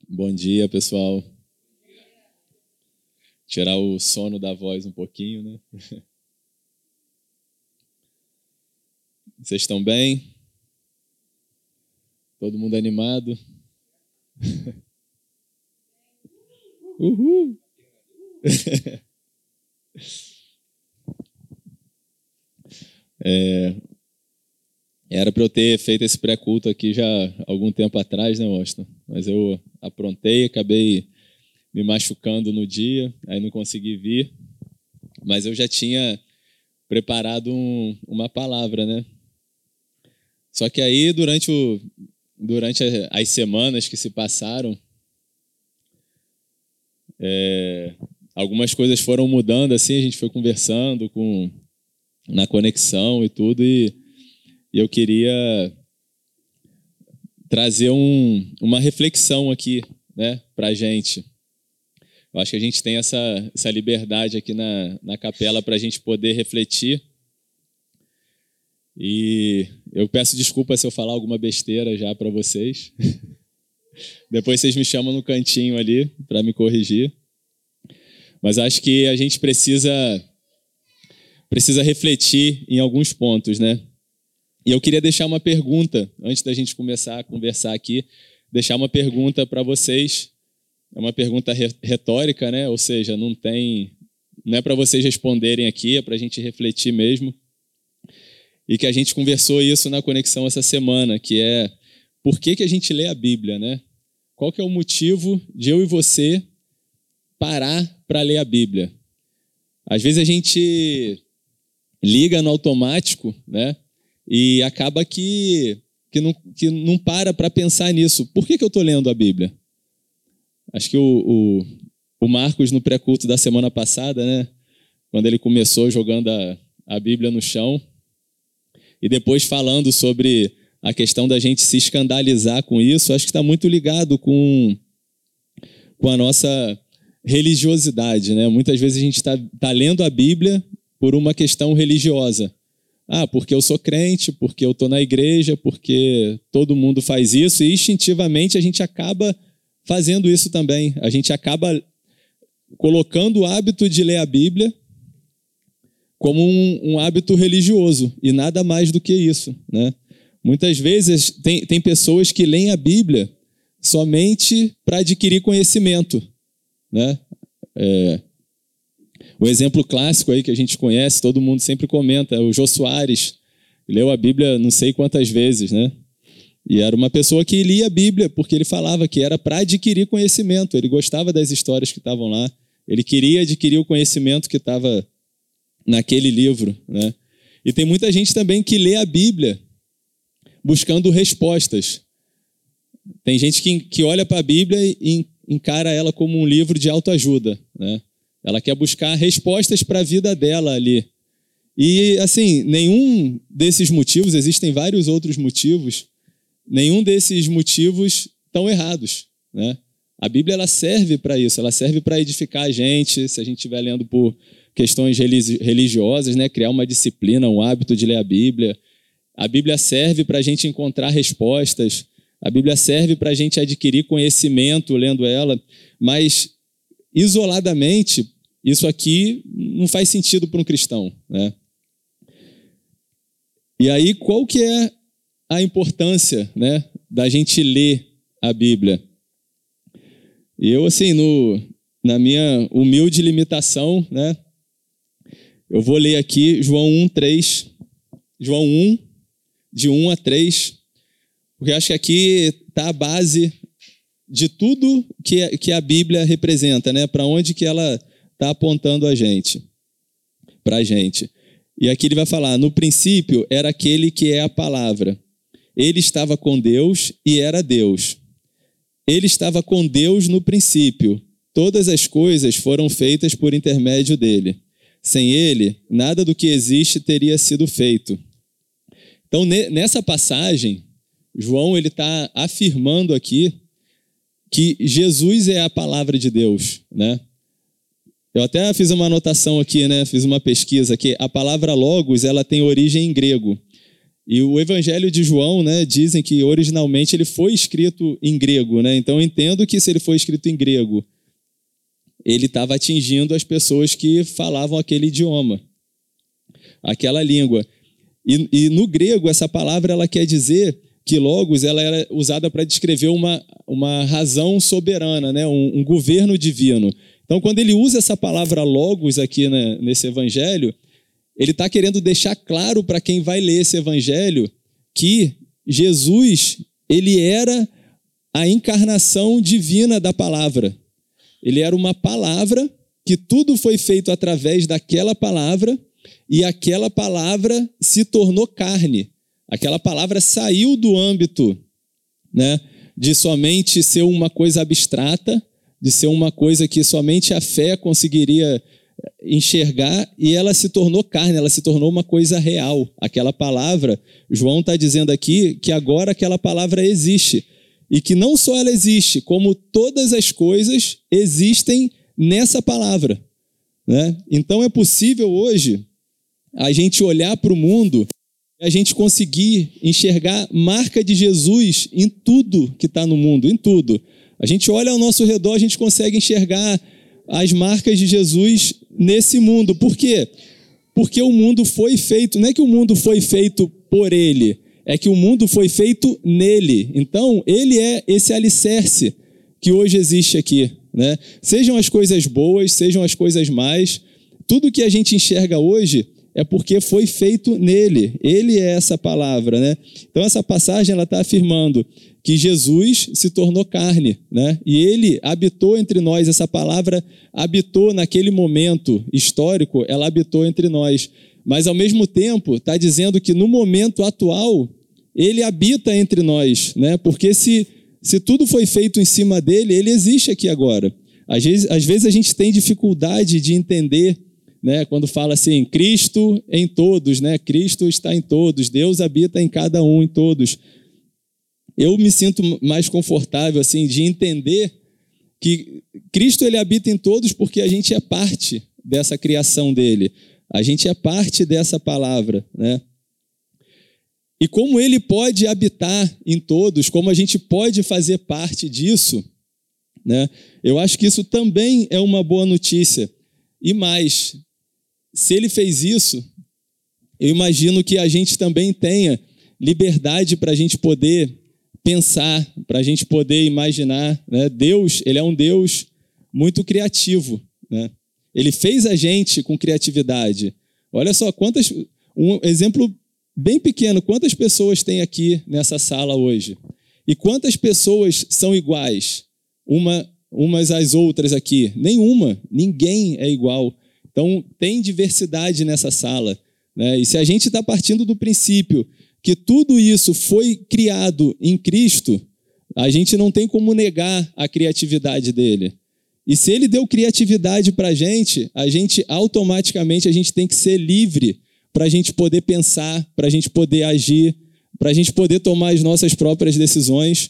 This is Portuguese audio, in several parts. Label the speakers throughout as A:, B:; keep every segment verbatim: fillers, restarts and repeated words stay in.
A: Bom dia, pessoal. Tirar o sono da voz um pouquinho, né? Vocês estão bem? Todo mundo animado? Uhul! É, era para eu ter feito esse pré-culto aqui já há algum tempo atrás, né, Washington? Mas eu aprontei, acabei me machucando no dia, aí não consegui vir. Mas eu já tinha preparado um, uma palavra, né? Só que aí, durante, o, durante as semanas que se passaram, é, algumas coisas foram mudando, assim, a gente foi conversando com, na conexão e tudo, e, e eu queria trazer um, uma reflexão aqui, né, pra gente. Eu acho que a gente tem essa, essa liberdade aqui na, na capela para a gente poder refletir. E eu peço desculpa se eu falar alguma besteira já para vocês. Depois vocês me chamam no cantinho ali para me corrigir. Mas acho que a gente precisa, precisa refletir em alguns pontos, né? E eu queria deixar uma pergunta, antes da gente começar a conversar aqui, deixar uma pergunta para vocês. É uma pergunta retórica, né? Ou seja, não tem, não é para vocês responderem aqui, é para a gente refletir mesmo. E que a gente conversou isso na conexão essa semana, que é por que que a gente lê a Bíblia, né? Qual que é o motivo de eu e você parar para ler a Bíblia? Às vezes a gente liga no automático, né? E acaba que, que, não, que não para para pensar nisso. Por que que eu estou lendo a Bíblia? Acho que o, o, o Marcos, no pré-culto da semana passada, né, quando ele começou jogando a, a Bíblia no chão, e depois falando sobre a questão da gente se escandalizar com isso, acho que está muito ligado com, com a nossa religiosidade, né? Muitas vezes a gente está tá lendo a Bíblia por uma questão religiosa. Ah, porque eu sou crente, porque eu estou na igreja, porque todo mundo faz isso, e instintivamente a gente acaba fazendo isso também. A gente acaba colocando o hábito de ler a Bíblia como um, um hábito religioso, e nada mais do que isso, né? Muitas vezes tem, tem pessoas que leem a Bíblia somente para adquirir conhecimento, né? É, o exemplo clássico aí que a gente conhece, todo mundo sempre comenta, é o Jô Soares, leu a Bíblia não sei quantas vezes, né? E era uma pessoa que lia a Bíblia, porque ele falava que era para adquirir conhecimento. Ele gostava das histórias que estavam lá. Ele queria adquirir o conhecimento que estava naquele livro, né? E tem muita gente também que lê a Bíblia buscando respostas. Tem gente que, que olha para a Bíblia e encara ela como um livro de autoajuda, né? Ela quer buscar respostas para a vida dela ali. E, assim, nenhum desses motivos, existem vários outros motivos, nenhum desses motivos estão errados, né? A Bíblia ela serve para isso, ela serve para edificar a gente, se a gente estiver lendo por questões religiosas, né? Criar uma disciplina, um hábito de ler a Bíblia. A Bíblia serve para a gente encontrar respostas, a Bíblia serve para a gente adquirir conhecimento lendo ela, mas isoladamente, isso aqui não faz sentido para um cristão, né? E aí, qual que é a importância, né, da gente ler a Bíblia? Eu, assim, no, na minha humilde limitação, né, eu vou ler aqui João um, três, João um, de um a três, porque acho que aqui está a base de tudo que, que a Bíblia representa, né, para onde que ela está apontando a gente, para a gente. E aqui ele vai falar, no princípio era aquele que é a palavra. Ele estava com Deus e era Deus. Ele estava com Deus no princípio. Todas as coisas foram feitas por intermédio dele. Sem ele, nada do que existe teria sido feito. Então, nessa passagem, João ele está afirmando aqui que Jesus é a palavra de Deus, né? Eu até fiz uma anotação aqui, né? Fiz uma pesquisa aqui. A palavra logos, ela tem origem em grego. E o Evangelho de João, né, dizem que originalmente ele foi escrito em grego, né? Então eu entendo que se ele foi escrito em grego, ele estava atingindo as pessoas que falavam aquele idioma, aquela língua. E, e no grego, essa palavra ela quer dizer que logos ela era usada para descrever uma, uma razão soberana, né? um, um governo divino. Então, quando ele usa essa palavra logos aqui, né, nesse evangelho, ele está querendo deixar claro para quem vai ler esse evangelho que Jesus ele era a encarnação divina da palavra. Ele era uma palavra que tudo foi feito através daquela palavra e aquela palavra se tornou carne. Aquela palavra saiu do âmbito, né, de somente ser uma coisa abstrata, de ser uma coisa que somente a fé conseguiria enxergar, e ela se tornou carne, ela se tornou uma coisa real. Aquela palavra, João está dizendo aqui que agora aquela palavra existe. E que não só ela existe, como todas as coisas existem nessa palavra, né? Então é possível hoje a gente olhar para o mundo e a gente conseguir enxergar marca de Jesus em tudo que está no mundo, em tudo. A gente olha ao nosso redor, a gente consegue enxergar as marcas de Jesus nesse mundo. Por quê? Porque o mundo foi feito, não é que o mundo foi feito por ele, é que o mundo foi feito nele. Então, ele é esse alicerce que hoje existe aqui, né? Sejam as coisas boas, sejam as coisas más, tudo que a gente enxerga hoje é porque foi feito nele. Ele é essa palavra, né? Então, essa passagem ela está afirmando que Jesus se tornou carne, né? E ele habitou entre nós. Essa palavra habitou naquele momento histórico, ela habitou entre nós. Mas, ao mesmo tempo, está dizendo que no momento atual, ele habita entre nós, né? Porque se, se tudo foi feito em cima dele, ele existe aqui agora. Às vezes, às vezes a gente tem dificuldade de entender, né? Quando fala assim, Cristo em todos, né? Cristo está em todos, Deus habita em cada um, em todos. Eu me sinto mais confortável assim, de entender que Cristo ele habita em todos porque a gente é parte dessa criação dele. A gente é parte dessa palavra, né? E como ele pode habitar em todos, como a gente pode fazer parte disso, né? Eu acho que isso também é uma boa notícia. E mais, se ele fez isso, eu imagino que a gente também tenha liberdade para a gente poder pensar, para a gente poder imaginar, né? Deus, ele é um Deus muito criativo, né? Ele fez a gente com criatividade. Olha só, quantas, um exemplo bem pequeno, quantas pessoas tem aqui nessa sala hoje? E quantas pessoas são iguais, uma, umas às outras aqui? Nenhuma, ninguém é igual. Então, tem diversidade nessa sala, né? E se a gente está partindo do princípio que tudo isso foi criado em Cristo, a gente não tem como negar a criatividade dele. E se ele deu criatividade para a gente, a gente automaticamente a gente tem que ser livre para a gente poder pensar, para a gente poder agir, para a gente poder tomar as nossas próprias decisões.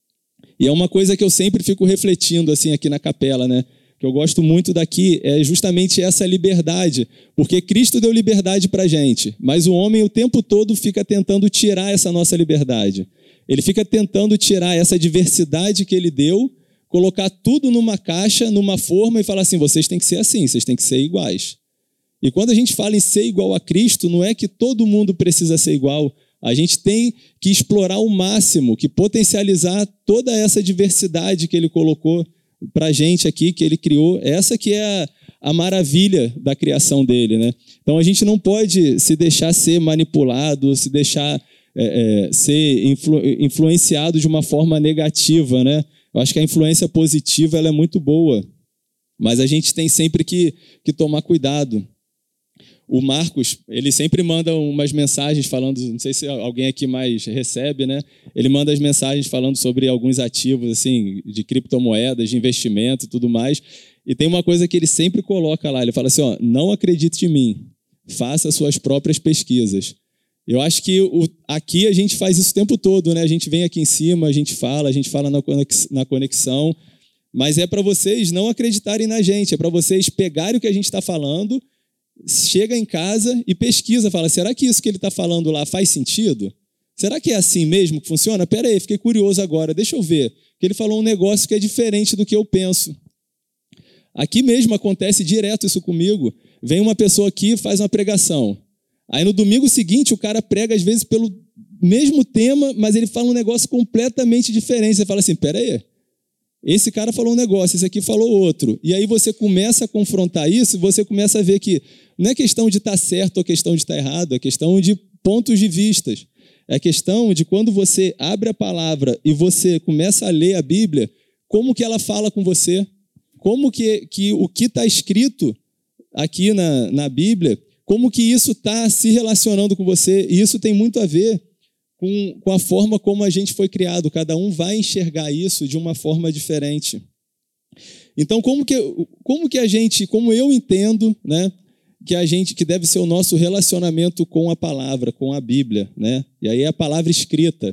A: E é uma coisa que eu sempre fico refletindo assim aqui na capela, né? Que eu gosto muito daqui, é justamente essa liberdade, porque Cristo deu liberdade para a gente, mas o homem o tempo todo fica tentando tirar essa nossa liberdade. Ele fica tentando tirar essa diversidade que ele deu, colocar tudo numa caixa, numa forma e falar assim, vocês têm que ser assim, vocês têm que ser iguais. E quando a gente fala em ser igual a Cristo, não é que todo mundo precisa ser igual. A gente tem que explorar ao máximo, que potencializar toda essa diversidade que ele colocou para a gente aqui, que ele criou. Essa que é a, a maravilha da criação dele, né? Então a gente não pode se deixar ser manipulado, se deixar é, é, ser influ, influenciado de uma forma negativa, né? Eu acho que a influência positiva ela é muito boa, mas a gente tem sempre que, que tomar cuidado. O Marcos, ele sempre manda umas mensagens falando, não sei se alguém aqui mais recebe, né? Ele manda as mensagens falando sobre alguns ativos, assim, de criptomoedas, de investimento e tudo mais. E tem uma coisa que ele sempre coloca lá, ele fala assim, ó, não acredite em mim, faça suas próprias pesquisas. Eu acho que o, aqui a gente faz isso o tempo todo, né? A gente vem aqui em cima, a gente fala, a gente fala na conexão, na conexão, mas é para vocês não acreditarem na gente, é para vocês pegarem o que a gente está falando chega em casa e pesquisa, fala, será que isso que ele está falando lá faz sentido? Será que é assim mesmo que funciona? Pera aí, fiquei curioso agora, deixa eu ver. Que ele falou um negócio que é diferente do que eu penso. Aqui mesmo acontece direto isso comigo. Vem uma pessoa aqui, faz uma pregação. Aí no domingo seguinte o cara prega às vezes pelo mesmo tema, mas ele fala um negócio completamente diferente. Você fala assim, pera aí, esse cara falou um negócio, esse aqui falou outro. E aí você começa a confrontar isso e você começa a ver que não é questão de estar certo ou questão de estar errado, é questão de pontos de vistas. É questão de quando você abre a palavra e você começa a ler a Bíblia, como que ela fala com você, como que, que o que está escrito aqui na, na Bíblia, como que isso está se relacionando com você. E isso tem muito a ver com, com a forma como a gente foi criado. Cada um vai enxergar isso de uma forma diferente. Então, como que, como que a gente, como eu entendo, né, que a gente, que deve ser o nosso relacionamento com a palavra, com a Bíblia, né? E aí é a palavra escrita.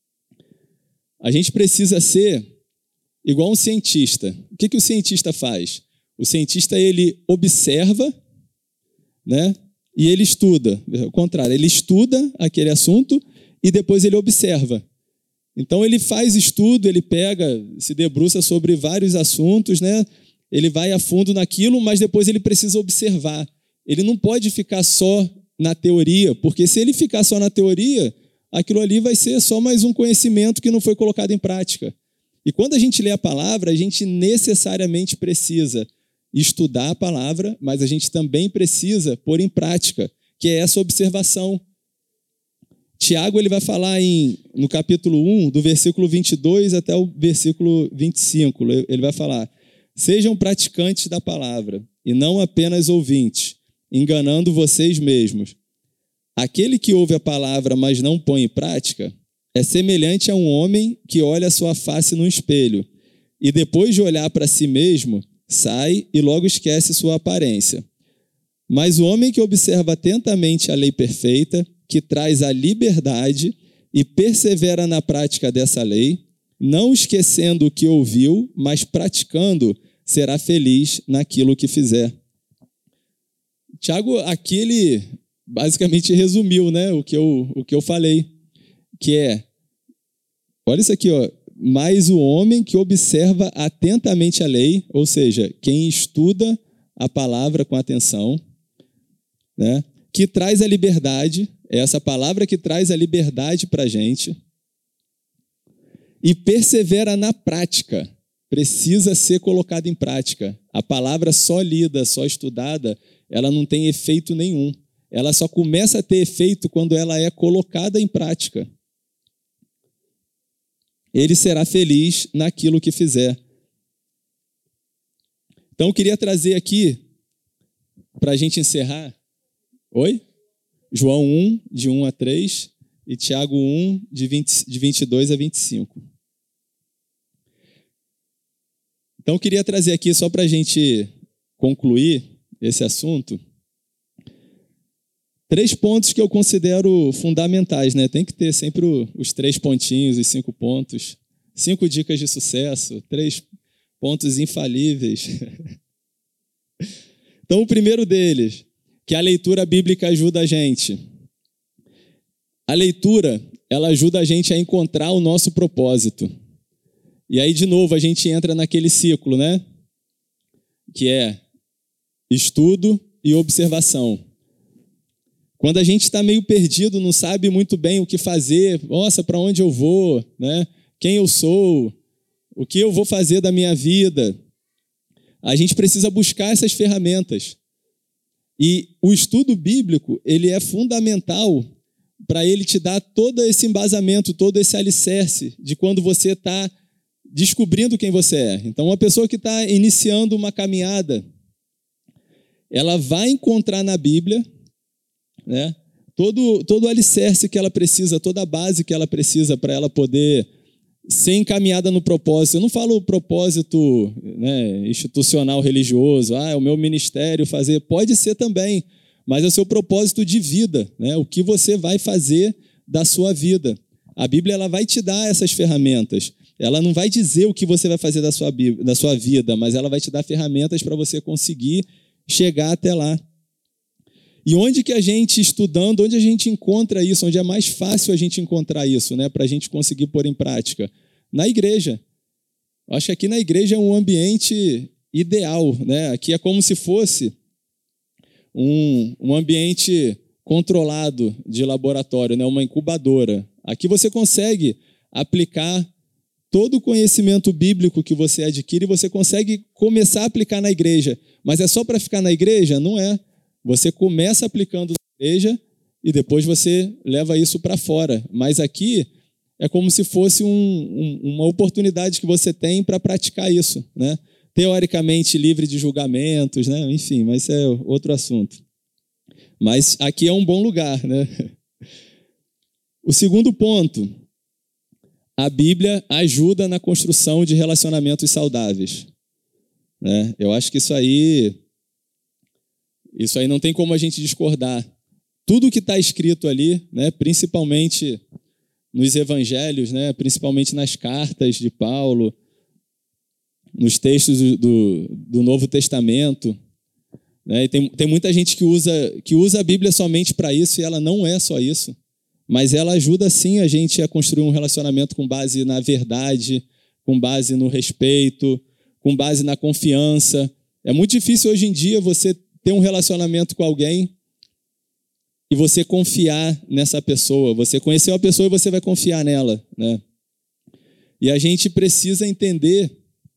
A: A gente precisa ser igual um cientista. O que, que o cientista faz? O cientista, ele observa, né? E ele estuda. Ao contrário, ele estuda aquele assunto e depois ele observa. Então, ele faz estudo, ele pega, se debruça sobre vários assuntos, né? Ele vai a fundo naquilo, mas depois ele precisa observar. Ele não pode ficar só na teoria, porque se ele ficar só na teoria, aquilo ali vai ser só mais um conhecimento que não foi colocado em prática. E quando a gente lê a palavra, a gente necessariamente precisa estudar a palavra, mas a gente também precisa pôr em prática, que é essa observação. Tiago ele vai falar em, no capítulo um, do versículo vinte e dois até o versículo vinte e cinco. Ele vai falar, sejam praticantes da palavra e não apenas ouvintes, enganando vocês mesmos. Aquele que ouve a palavra, mas não põe em prática, é semelhante a um homem que olha a sua face no espelho e depois de olhar para si mesmo, sai e logo esquece sua aparência. Mas o homem que observa atentamente a lei perfeita, que traz a liberdade e persevera na prática dessa lei, não esquecendo o que ouviu, mas praticando, será feliz naquilo que fizer. Tiago, aqui ele basicamente resumiu, né, o que eu, o que eu falei, que é, olha isso aqui, ó, mas o homem que observa atentamente a lei, ou seja, quem estuda a palavra com atenção, né, que traz a liberdade, é essa palavra que traz a liberdade para a gente, e persevera na prática, precisa ser colocada em prática. A palavra só lida, só estudada, ela não tem efeito nenhum. Ela só começa a ter efeito quando ela é colocada em prática. Ele será feliz naquilo que fizer. Então, eu queria trazer aqui, para a gente encerrar, oi? João um, de um a três, e Tiago um, de, vinte, de vinte e dois a vinte e cinco. Então, eu queria trazer aqui, só para a gente concluir esse assunto, três pontos que eu considero fundamentais, né? Tem que ter sempre os três pontinhos, os cinco pontos, cinco dicas de sucesso, três pontos infalíveis. Então, o primeiro deles, que a leitura bíblica ajuda a gente. A leitura, ela ajuda a gente a encontrar o nosso propósito. E aí, de novo, a gente entra naquele ciclo, né? Que é estudo e observação. Quando a gente está meio perdido, não sabe muito bem o que fazer, nossa, para onde eu vou, né? Quem eu sou, o que eu vou fazer da minha vida, a gente precisa buscar essas ferramentas. E o estudo bíblico, ele é fundamental para ele te dar todo esse embasamento, todo esse alicerce de quando você está descobrindo quem você é. Então, uma pessoa que está iniciando uma caminhada, ela vai encontrar na Bíblia, né, todo, todo o alicerce que ela precisa, toda a base que ela precisa para ela poder ser encaminhada no propósito. Eu não falo propósito, né, institucional, religioso, ah, é o meu ministério fazer, pode ser também, mas é o seu propósito de vida, né, o que você vai fazer da sua vida. A Bíblia ela vai te dar essas ferramentas. Ela não vai dizer o que você vai fazer da sua, da sua vida, mas ela vai te dar ferramentas para você conseguir chegar até lá. E onde que a gente, estudando, onde a gente encontra isso? Onde é mais fácil a gente encontrar isso, né? Para a gente conseguir pôr em prática? Na igreja. Eu acho que aqui na igreja é um ambiente ideal, né? Aqui é como se fosse um, um ambiente controlado de laboratório, né? Uma incubadora. Aqui você consegue aplicar todo o conhecimento bíblico que você adquire, você consegue começar a aplicar na igreja. Mas é só para ficar na igreja? Não é. Você começa aplicando na igreja e depois você leva isso para fora. Mas aqui é como se fosse um, um, uma oportunidade que você tem para praticar isso, né? Teoricamente livre de julgamentos, né? Enfim, mas isso é outro assunto. Mas aqui é um bom lugar, né? O segundo ponto, a Bíblia ajuda na construção de relacionamentos saudáveis, né? Eu acho que isso aí, isso aí não tem como a gente discordar. Tudo que está escrito ali, né? Principalmente nos evangelhos, né? Principalmente nas cartas de Paulo, nos textos do, do Novo Testamento, né? E tem, tem muita gente que usa, que usa a Bíblia somente para isso, e ela não é só isso. Mas ela ajuda, sim, a gente a construir um relacionamento com base na verdade, com base no respeito, com base na confiança. É muito difícil hoje em dia você ter um relacionamento com alguém e você confiar nessa pessoa. Você conheceu a pessoa e você vai confiar nela, né? E a gente precisa entender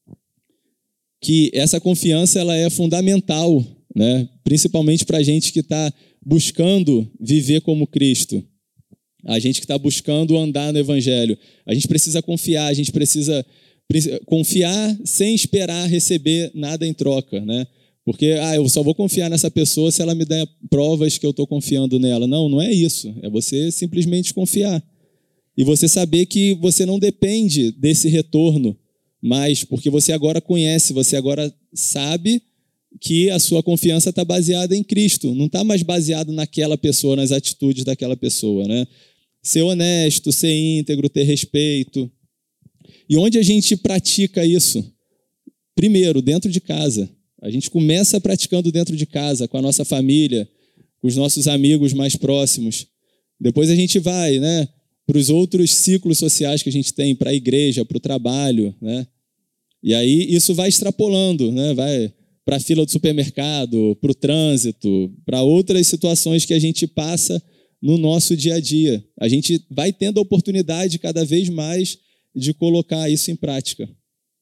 A: que essa confiança ela é fundamental, né? Principalmente para a gente que está buscando viver como Cristo. A gente que está buscando andar no Evangelho. A gente precisa confiar, a gente precisa confiar sem esperar receber nada em troca, né? Porque ah, eu só vou confiar nessa pessoa se ela me der provas que eu estou confiando nela. Não, não é isso. É você simplesmente confiar. E você saber que você não depende desse retorno, mas porque você agora conhece, você agora sabe que a sua confiança está baseada em Cristo. Não está mais baseado naquela pessoa, nas atitudes daquela pessoa, né? Ser honesto, ser íntegro, ter respeito. E onde a gente pratica isso? Primeiro, dentro de casa. A gente começa praticando dentro de casa, com a nossa família, com os nossos amigos mais próximos. Depois a gente vai, né, para os outros ciclos sociais que a gente tem, para a igreja, para o trabalho, né? E aí isso vai extrapolando, né? Vai para a fila do supermercado, para o trânsito, para outras situações que a gente passa no nosso dia a dia. A gente vai tendo a oportunidade cada vez mais de colocar isso em prática.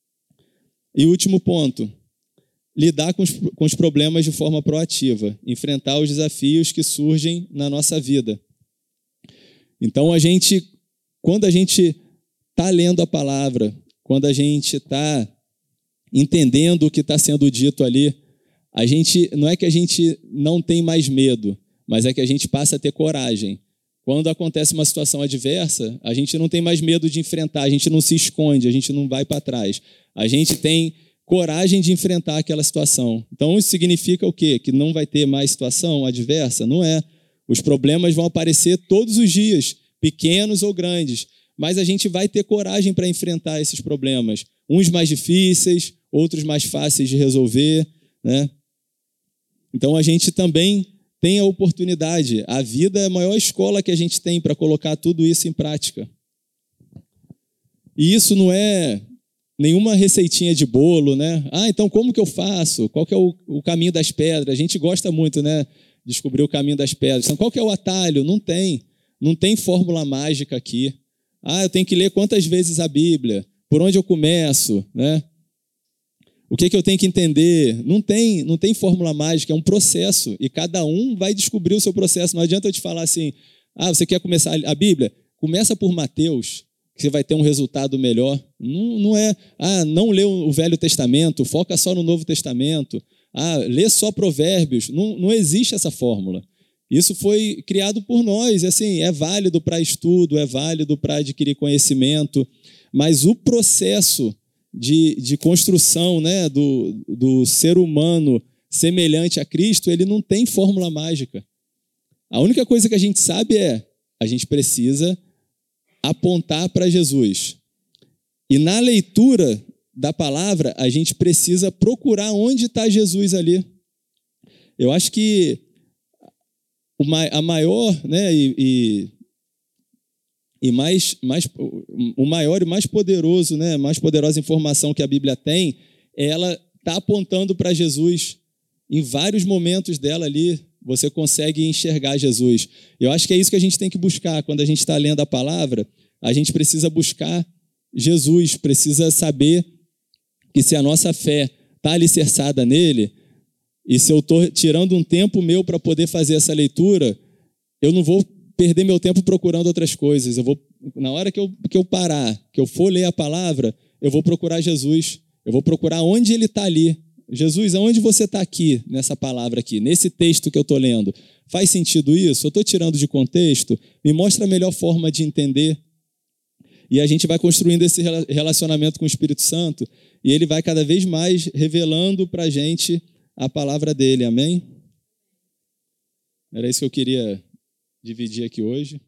A: E último ponto, lidar com os, com os problemas de forma proativa, enfrentar os desafios que surgem na nossa vida. Então, a gente, quando a gente está lendo a palavra, quando a gente está entendendo o que está sendo dito ali, a gente, não é que a gente não tem mais medo, mas é que a gente passa a ter coragem. Quando acontece uma situação adversa, a gente não tem mais medo de enfrentar, a gente não se esconde, a gente não vai para trás. A gente tem coragem de enfrentar aquela situação. Então, isso significa o quê? Que não vai ter mais situação adversa? Não é. Os problemas vão aparecer todos os dias, pequenos ou grandes, mas a gente vai ter coragem para enfrentar esses problemas. Uns mais difíceis, outros mais fáceis de resolver, né? Então, a gente também tem a oportunidade. A vida é a maior escola que a gente tem para colocar tudo isso em prática. E isso não é nenhuma receitinha de bolo, né? Ah, então como que eu faço? Qual que é o, o caminho das pedras? A gente gosta muito, né? Descobrir o caminho das pedras. Então, qual que é o atalho? Não tem. Não tem fórmula mágica aqui. Ah, eu tenho que ler quantas vezes a Bíblia? Por onde eu começo? Né? O que, que eu tenho que entender? Não tem, não tem fórmula mágica, é um processo. E cada um vai descobrir o seu processo. Não adianta eu te falar assim, ah, você quer começar a Bíblia? Começa por Mateus, que você vai ter um resultado melhor. Não, não é, ah, não lê o Velho Testamento, foca só no Novo Testamento. Ah, lê só Provérbios. Não, não existe essa fórmula. Isso foi criado por nós. Assim, é válido para estudo, é válido para adquirir conhecimento, mas o processo de, de construção, né, do, do ser humano semelhante a Cristo, ele não tem fórmula mágica. A única coisa que a gente sabe é a gente precisa apontar para Jesus. E na leitura da palavra, a gente precisa procurar onde está Jesus ali. Eu acho que a maior, né, e, e, e mais, mais, o maior e mais poderoso, né, mais poderosa informação que a Bíblia tem, ela está apontando para Jesus. Em vários momentos dela ali, você consegue enxergar Jesus. Eu acho que é isso que a gente tem que buscar. Quando a gente está lendo a palavra, a gente precisa buscar Jesus, precisa saber que se a nossa fé está alicerçada nele, e se eu estou tirando um tempo meu para poder fazer essa leitura, eu não vou perder meu tempo procurando outras coisas. Eu vou, na hora que eu, que eu parar, que eu for ler a palavra, eu vou procurar Jesus. Eu vou procurar onde ele está ali. Jesus, aonde você está aqui, nessa palavra aqui, nesse texto que eu estou lendo? Faz sentido isso? Eu estou tirando de contexto? Me mostra a melhor forma de entender. E a gente vai construindo esse relacionamento com o Espírito Santo e ele vai cada vez mais revelando para a gente a palavra dele, amém? Era isso que eu queria dividir aqui hoje.